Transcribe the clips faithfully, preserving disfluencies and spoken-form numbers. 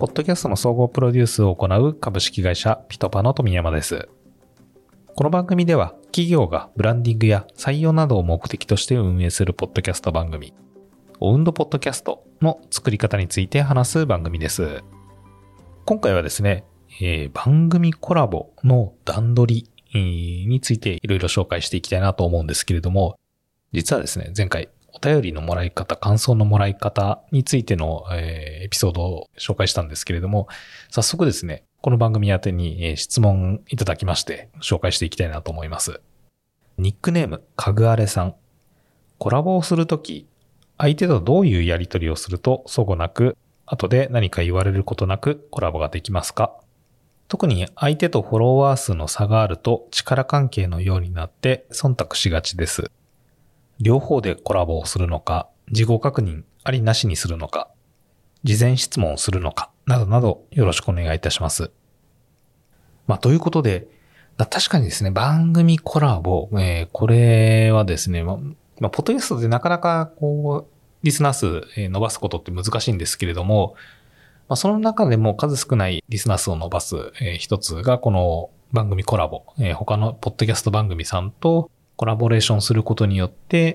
ポッドキャストの総合プロデュースを行う株式会社ピトパの富山です。この番組では企業がブランディングや採用などを目的として運営するポッドキャスト番組、オウンドポッドキャストの作り方について話す番組です。今回はですね、えー、番組コラボの段取りについていろいろ紹介していきたいなと思うんですけれども、実はですね、前回お便りのもらい方、感想のもらい方についての、えー、エピソードを紹介したんですけれども、早速ですね、この番組宛てに、えー、質問いただきまして紹介していきたいなと思います。ニックネームかぐあれさん。コラボをするとき、相手とどういうやり取りをすると齟齬なく、後で何か言われることなくコラボができますか？特に相手とフォロワー数の差があると力関係のようになって忖度しがちです。両方でコラボをするのか、事後確認ありなしにするのか、事前質問をするのか、などなどよろしくお願いいたします。まあ、ということで、確かにですね、番組コラボ、えー、これはですね、まあ、ポッドキャストでなかなかこう、リスナー数伸ばすことって難しいんですけれども、まあ、その中でも数少ないリスナー数を伸ばす、えー、一つがこの番組コラボ、えー、他のポッドキャスト番組さんとコラボレーションすることによって、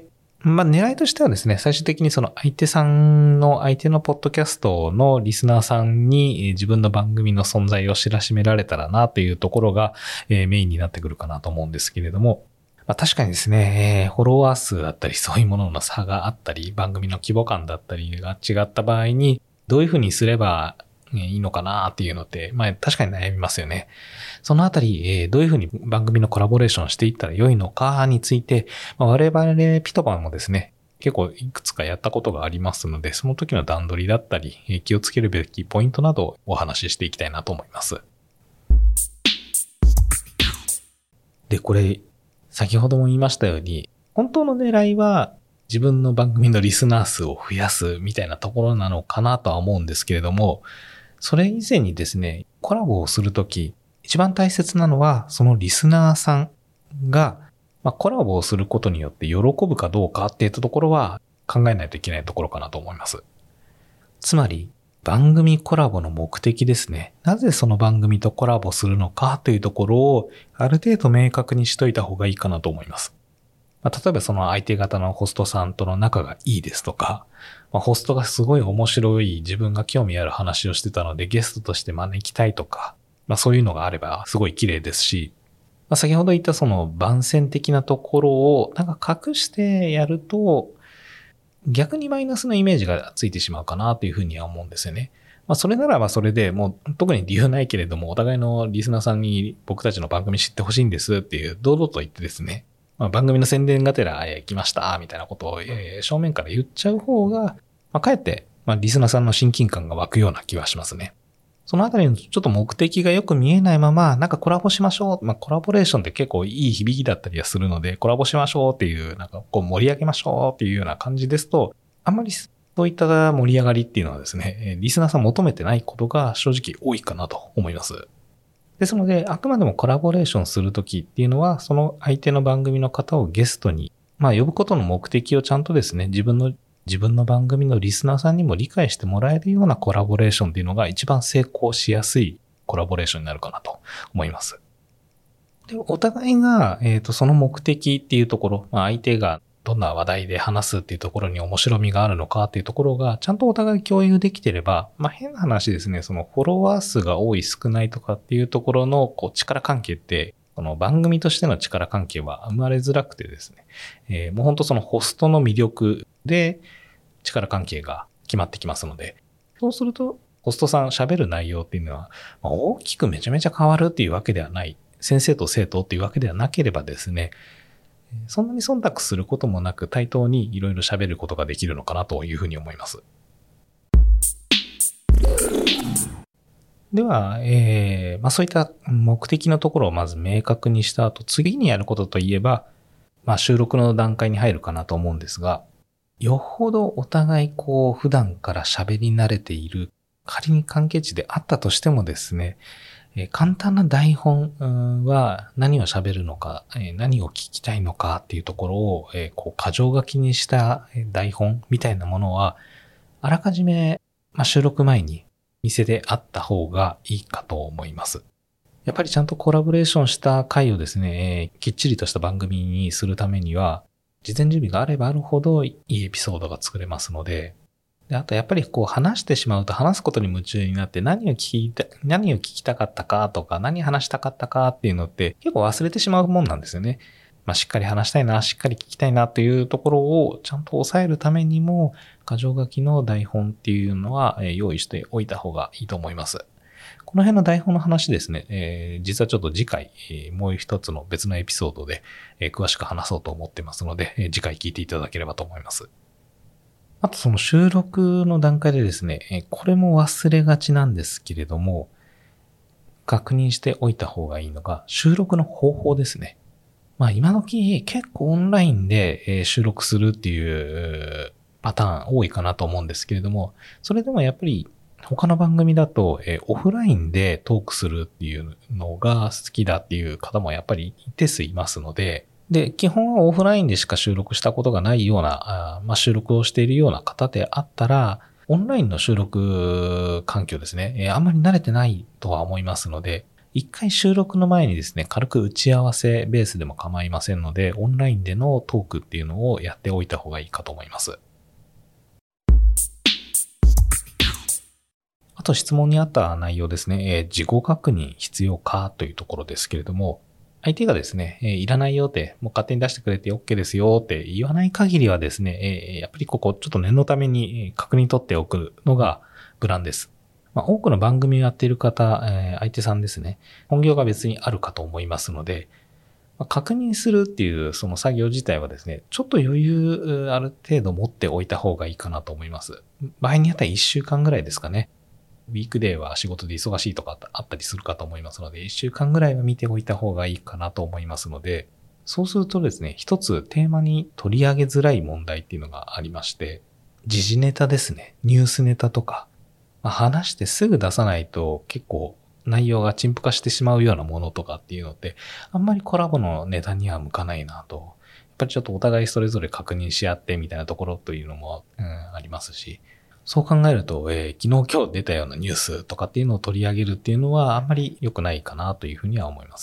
まあ狙いとしてはですね、最終的にその相手さんの、相手のポッドキャストのリスナーさんに自分の番組の存在を知らしめられたらなというところが、えー、メインになってくるかなと思うんですけれども、まあ、確かにですね、えー、フォロワー数だったりそういうものの差があったり、番組の規模感だったりが違った場合に、どういうふうにすればいいのかなっていうのって、まあ確かに悩みますよね。そのあたり、えー、どういうふうに番組のコラボレーションしていったら良いのかについて、まあ、我々ピトパもですね、結構いくつかやったことがありますので、その時の段取りだったり、えー、気をつけるべきポイントなどをお話ししていきたいなと思います。で、これ、先ほども言いましたように、本当の狙いは自分の番組のリスナー数を増やすみたいなところなのかなとは思うんですけれども、それ以前にですね、コラボをするとき、一番大切なのは、そのリスナーさんが、まあ、コラボをすることによって喜ぶかどうかっていったところは考えないといけないところかなと思います。つまり、番組コラボの目的ですね。なぜその番組とコラボするのかというところを、ある程度明確にしといた方がいいかなと思います。まあ、例えばその相手方のホストさんとの仲がいいですとか、まあ、ホストがすごい面白い自分が興味ある話をしてたのでゲストとして招きたいとか、まあそういうのがあればすごい綺麗ですし、まあ、先ほど言ったその番宣的なところをなんか隠してやると逆にマイナスのイメージがついてしまうかなというふうには思うんですよね。まあそれならばそれでもう特に理由ないけれどもお互いのリスナーさんに僕たちの番組知ってほしいんですっていう堂々と言ってですね、まあ、番組の宣伝がてら、えー、来ましたみたいなことを、えー、正面から言っちゃう方が、まあ、かえって、まあ、リスナーさんの親近感が湧くような気はしますね。そのあたりのちょっと目的がよく見えないまま、なんかコラボしましょう。まあ、コラボレーションって結構いい響きだったりはするので、コラボしましょうっていう、なんかこう盛り上げましょうっていうような感じですと、あんまりそういった盛り上がりっていうのはですね、リスナーさん求めてないことが正直多いかなと思います。ですので、あくまでもコラボレーションするときっていうのは、その相手の番組の方をゲストに、まあ呼ぶことの目的をちゃんとですね、自分の、自分の番組のリスナーさんにも理解してもらえるようなコラボレーションっていうのが一番成功しやすいコラボレーションになるかなと思います。で、お互いが、えっと、その目的っていうところ、まあ相手がどんな話題で話すっていうところに面白みがあるのかっていうところがちゃんとお互い共有できてれば、まあ変な話ですね、そのフォロワー数が多い少ないとかっていうところのこう力関係って、この番組としての力関係は生まれづらくてですね、えー、もう本当そのホストの魅力で力関係が決まってきますので、そうするとホストさん喋る内容っていうのは、まあ、大きくめちゃめちゃ変わるっていうわけではない、先生と生徒っていうわけではなければですね、そんなに忖度することもなく対等にいろいろ喋ることができるのかなというふうに思います。では、えーまあ、そういった目的のところをまず明確にした後、次にやることといえば、まあ、収録の段階に入るかなと思うんですが、よほどお互いこう普段から喋り慣れている、仮に関係値であったとしてもですね、えー、簡単な台本は何を喋るのか、えー、何を聞きたいのかっていうところを、えー、こう箇条書きにした台本みたいなものは、あらかじめ、まあ、収録前にに店であった方がいいかと思います。やっぱりちゃんとコラボレーションした回をですね、えー、きっちりとした番組にするためには、事前準備があればあるほどいいエピソードが作れますので、であとやっぱりこう話してしまうと話すことに夢中になって何を聞きた、何を聞きたかったかとか何話したかったかっていうのって結構忘れてしまうもんなんですよね。まあ、しっかり話したいな、しっかり聞きたいなというところをちゃんと抑えるためにも、箇条書きの台本っていうのは用意しておいた方がいいと思います。この辺の台本の話ですね、えー、実はちょっと次回、えー、もう一つの別のエピソードで、えー、詳しく話そうと思ってますので、えー、次回聞いていただければと思います。あとその収録の段階でですね、えー、これも忘れがちなんですけれども、確認しておいた方がいいのが収録の方法ですね。まあ今時結構オンラインで収録するっていうパターン多いかなと思うんですけれども、それでもやっぱり他の番組だとオフラインでトークするっていうのが好きだっていう方もやっぱり一定数いますので、で、基本はオフラインでしか収録したことがないような、まあ収録をしているような方であったら、オンラインの収録環境ですね、あんまり慣れてないとは思いますので、一回収録の前にですね、軽く打ち合わせベースでも構いませんので、オンラインでのトークっていうのをやっておいた方がいいかと思います。あと質問にあった内容ですね、えー、事後確認必要かというところですけれども、相手がですね、えー、いらないよって、もう勝手に出してくれて OK ですよって言わない限りはですね、えー、やっぱりここちょっと念のために確認取っておくのが無難です。まあ、多くの番組をやっている方、えー、相手さんですね、本業が別にあるかと思いますので、まあ、確認するっていうその作業自体はですね、ちょっと余裕ある程度持っておいた方がいいかなと思います。場合によってはいっしゅうかんぐらいですかね。ウィークデーは仕事で忙しいとかあったりするかと思いますので、いっしゅうかんぐらいは見ておいた方がいいかなと思いますので、そうするとですね、一つテーマに取り上げづらい問題っていうのがありまして、時事ネタですね、ニュースネタとか、まあ、話してすぐ出さないと結構内容が陳腐化してしまうようなものとかっていうのって、あんまりコラボのネタには向かないなと。やっぱりちょっとお互いそれぞれ確認し合ってみたいなところというのも、うん、ありますし、そう考えると、えー、昨日今日出たようなニュースとかっていうのを取り上げるっていうのはあんまり良くないかなというふうには思います。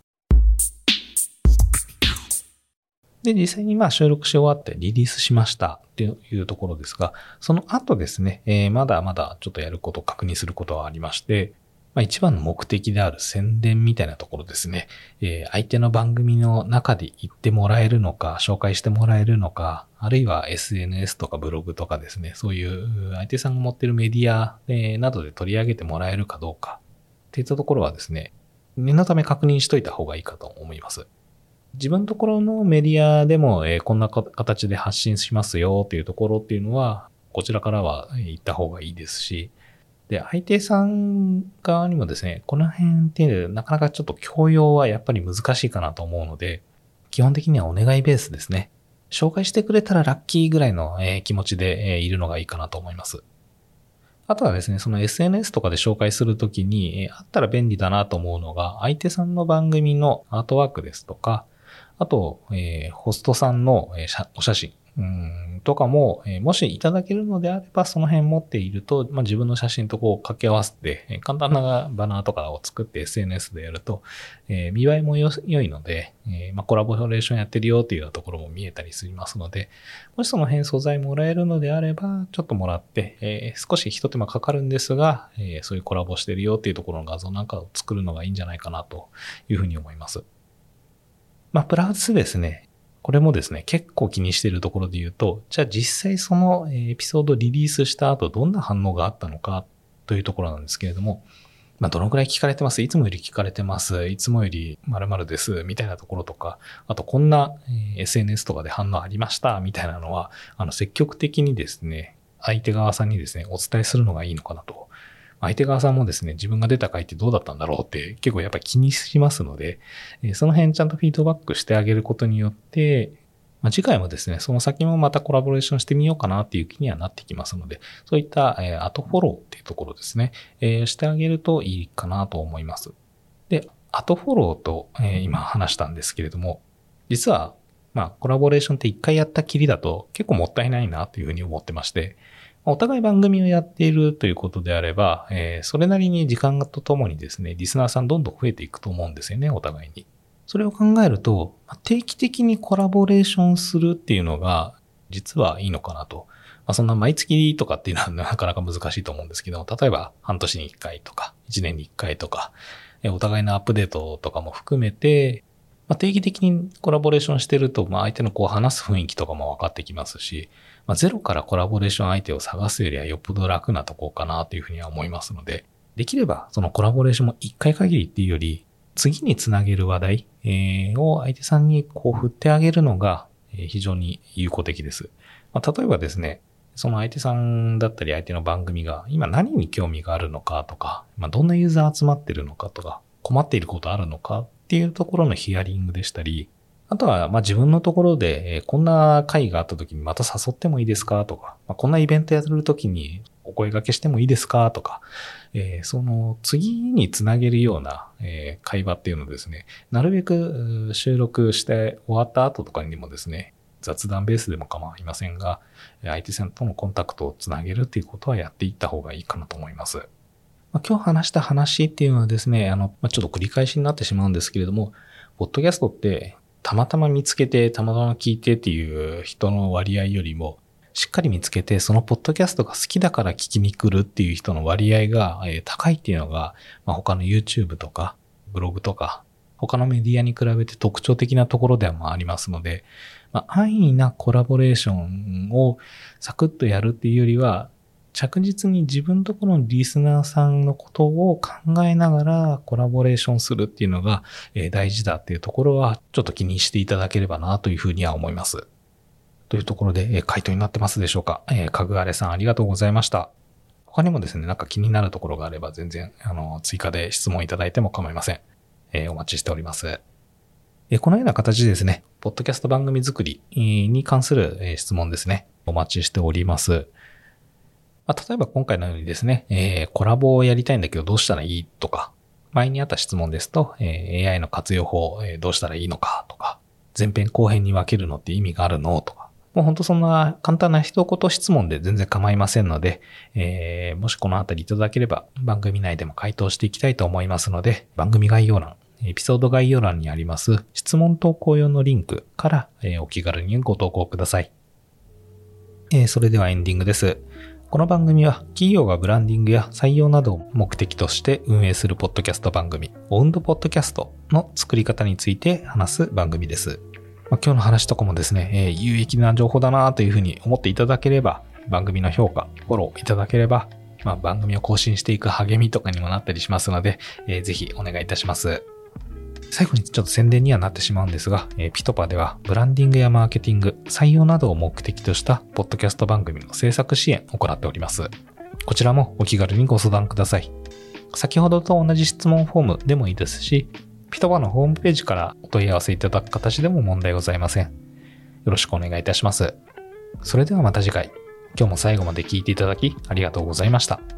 で、実際にまあ収録し終わってリリースしましたっていうところですが、その後ですね、えー、まだまだちょっとやることを確認することはありまして、まあ、一番の目的である宣伝みたいなところですね、えー、相手の番組の中で言ってもらえるのか、紹介してもらえるのか、あるいは エスエヌエス とかブログとかですね、そういう相手さんが持っているメディア、えー、などで取り上げてもらえるかどうか、っていったところはですね、念のため確認しといた方がいいかと思います。自分のところのメディアでも、えー、こんな形で発信しますよっていうところっていうのは、こちらからは言った方がいいですし、で、相手さん側にもですね、この辺っていうなかなかちょっと強要はやっぱり難しいかなと思うので、基本的にはお願いベースですね。紹介してくれたらラッキーぐらいの、えー、気持ちで、えー、いるのがいいかなと思います。あとはですね、その エスエヌエス とかで紹介するときに、えー、あったら便利だなと思うのが、相手さんの番組のアートワークですとか、あと、えー、ホストさんの、えー、お写真うんとかも、えー、もしいただけるのであれば、その辺持っていると、まあ、自分の写真とこう掛け合わせて、えー、簡単なバナーとかを作って エスエヌエス でやると、えー、見栄えもよ良いので、えーまあ、コラボレーションやってるよっていうようなところも見えたりしますので、もしその辺素材もらえるのであれば、ちょっともらって、えー、少し一手間かかるんですが、えー、そういうコラボしてるよっていうところの画像なんかを作るのがいいんじゃないかなというふうに思います。まあ、プラスですね、これもですね、結構気にしているところで言うと、じゃあ実際そのエピソードリリースした後どんな反応があったのかというところなんですけれども、まあ、どのくらい聞かれてます、いつもより聞かれてます、いつもより〇〇です、みたいなところとか、あとこんな エスエヌエス とかで反応ありました、みたいなのは、あの積極的にですね、相手側さんにですね、お伝えするのがいいのかなと。相手側さんもですね、自分が出た回ってどうだったんだろうって結構やっぱり気にしますので、その辺ちゃんとフィードバックしてあげることによって、まあ、次回もですね、その先もまたコラボレーションしてみようかなっていう気にはなってきますので、そういった、えー、後フォローっていうところですね、えー、してあげるといいかなと思います。で、後フォローと、えー、今話したんですけれども、実は、まあ、コラボレーションって一回やったきりだと結構もったいないなというふうに思ってまして、 お互い番組をやっているということであれば、えー、それなりに時間とともにですね、リスナーさんどんどん増えていくと思うんですよね、お互いに。それを考えると、定期的にコラボレーションするっていうのが、実はいいのかなと。まあ、そんな毎月とかっていうのはなかなか難しいと思うんですけど、例えば半年にいっかいとか、いちねんにいっかいとか、お互いのアップデートとかも含めて、まあ、定期的にコラボレーションしてると、まあ、相手のこう話す雰囲気とかも分かってきますし、まあ、ゼロからコラボレーション相手を探すよりはよっぽど楽なとこかなというふうには思いますので、できればそのコラボレーションもいっかい限りっていうより、次につなげる話題を相手さんにこう振ってあげるのが非常に有効的です。まあ、例えばですね、その相手さんだったり相手の番組が今何に興味があるのかとか、まあ、どんなユーザー集まってるのかとか、困っていることあるのかっていうところのヒアリングでしたり、あとはまあ自分のところでこんな会があった時にまた誘ってもいいですかとか、まあ、こんなイベントやる時にお声掛けしてもいいですかとか、えー、その次につなげるような、えー、会話っていうのをですね、なるべく収録して終わった後とかにもですね、雑談ベースでも構いませんが、相手さんとのコンタクトをつなげるっていうことはやっていった方がいいかなと思います。まあ、今日話した話っていうのはですね、あの、まあ、ちょっと繰り返しになってしまうんですけれども、ポッドキャストってたまたま見つけて、たまたま聞いてっていう人の割合よりも、しっかり見つけて、そのポッドキャストが好きだから聞きに来るっていう人の割合が高いっていうのが、まあ、他の YouTube とかブログとか他のメディアに比べて特徴的なところではありますので、まあ、安易なコラボレーションをサクッとやるっていうよりは、着実に自分のところのリスナーさんのことを考えながらコラボレーションするっていうのが大事だっていうところはちょっと気にしていただければなというふうには思います。というところで回答になってますでしょうか。かぐあれさんありがとうございました。他にもですね、なんか気になるところがあれば全然あの追加で質問いただいても構いません。えー、お待ちしております。えー、このような形でですね、ポッドキャスト番組作りに関する、えー、質問ですね、お待ちしております。まあ、例えば今回のようにですね、えー、コラボをやりたいんだけどどうしたらいいとか、前にあった質問ですと、えー、エーアイ の活用法、えー、どうしたらいいのかとか、前編後編に分けるのって意味があるのとか、もう本当そんな簡単な一言質問で全然構いませんので、えー、もしこのあたりいただければ番組内でも回答していきたいと思いますので、番組概要欄、エピソード概要欄にあります質問投稿用のリンクから、えー、お気軽にご投稿ください。えー、それではエンディングです。この番組は企業がブランディングや採用などを目的として運営するポッドキャスト番組、オウンドポッドキャストの作り方について話す番組です。まあ、今日の話とかもですね、えー、有益な情報だなというふうに思っていただければ、番組の評価、フォローいただければ、まあ、番組を更新していく励みとかにもなったりしますので、えー、ぜひお願いいたします。最後にちょっと宣伝にはなってしまうんですが、えー、ピトパではブランディングやマーケティング、採用などを目的としたポッドキャスト番組の制作支援を行っております。こちらもお気軽にご相談ください。先ほどと同じ質問フォームでもいいですし、ピトパのホームページからお問い合わせいただく形でも問題ございません。よろしくお願いいたします。それではまた次回。今日も最後まで聞いていただきありがとうございました。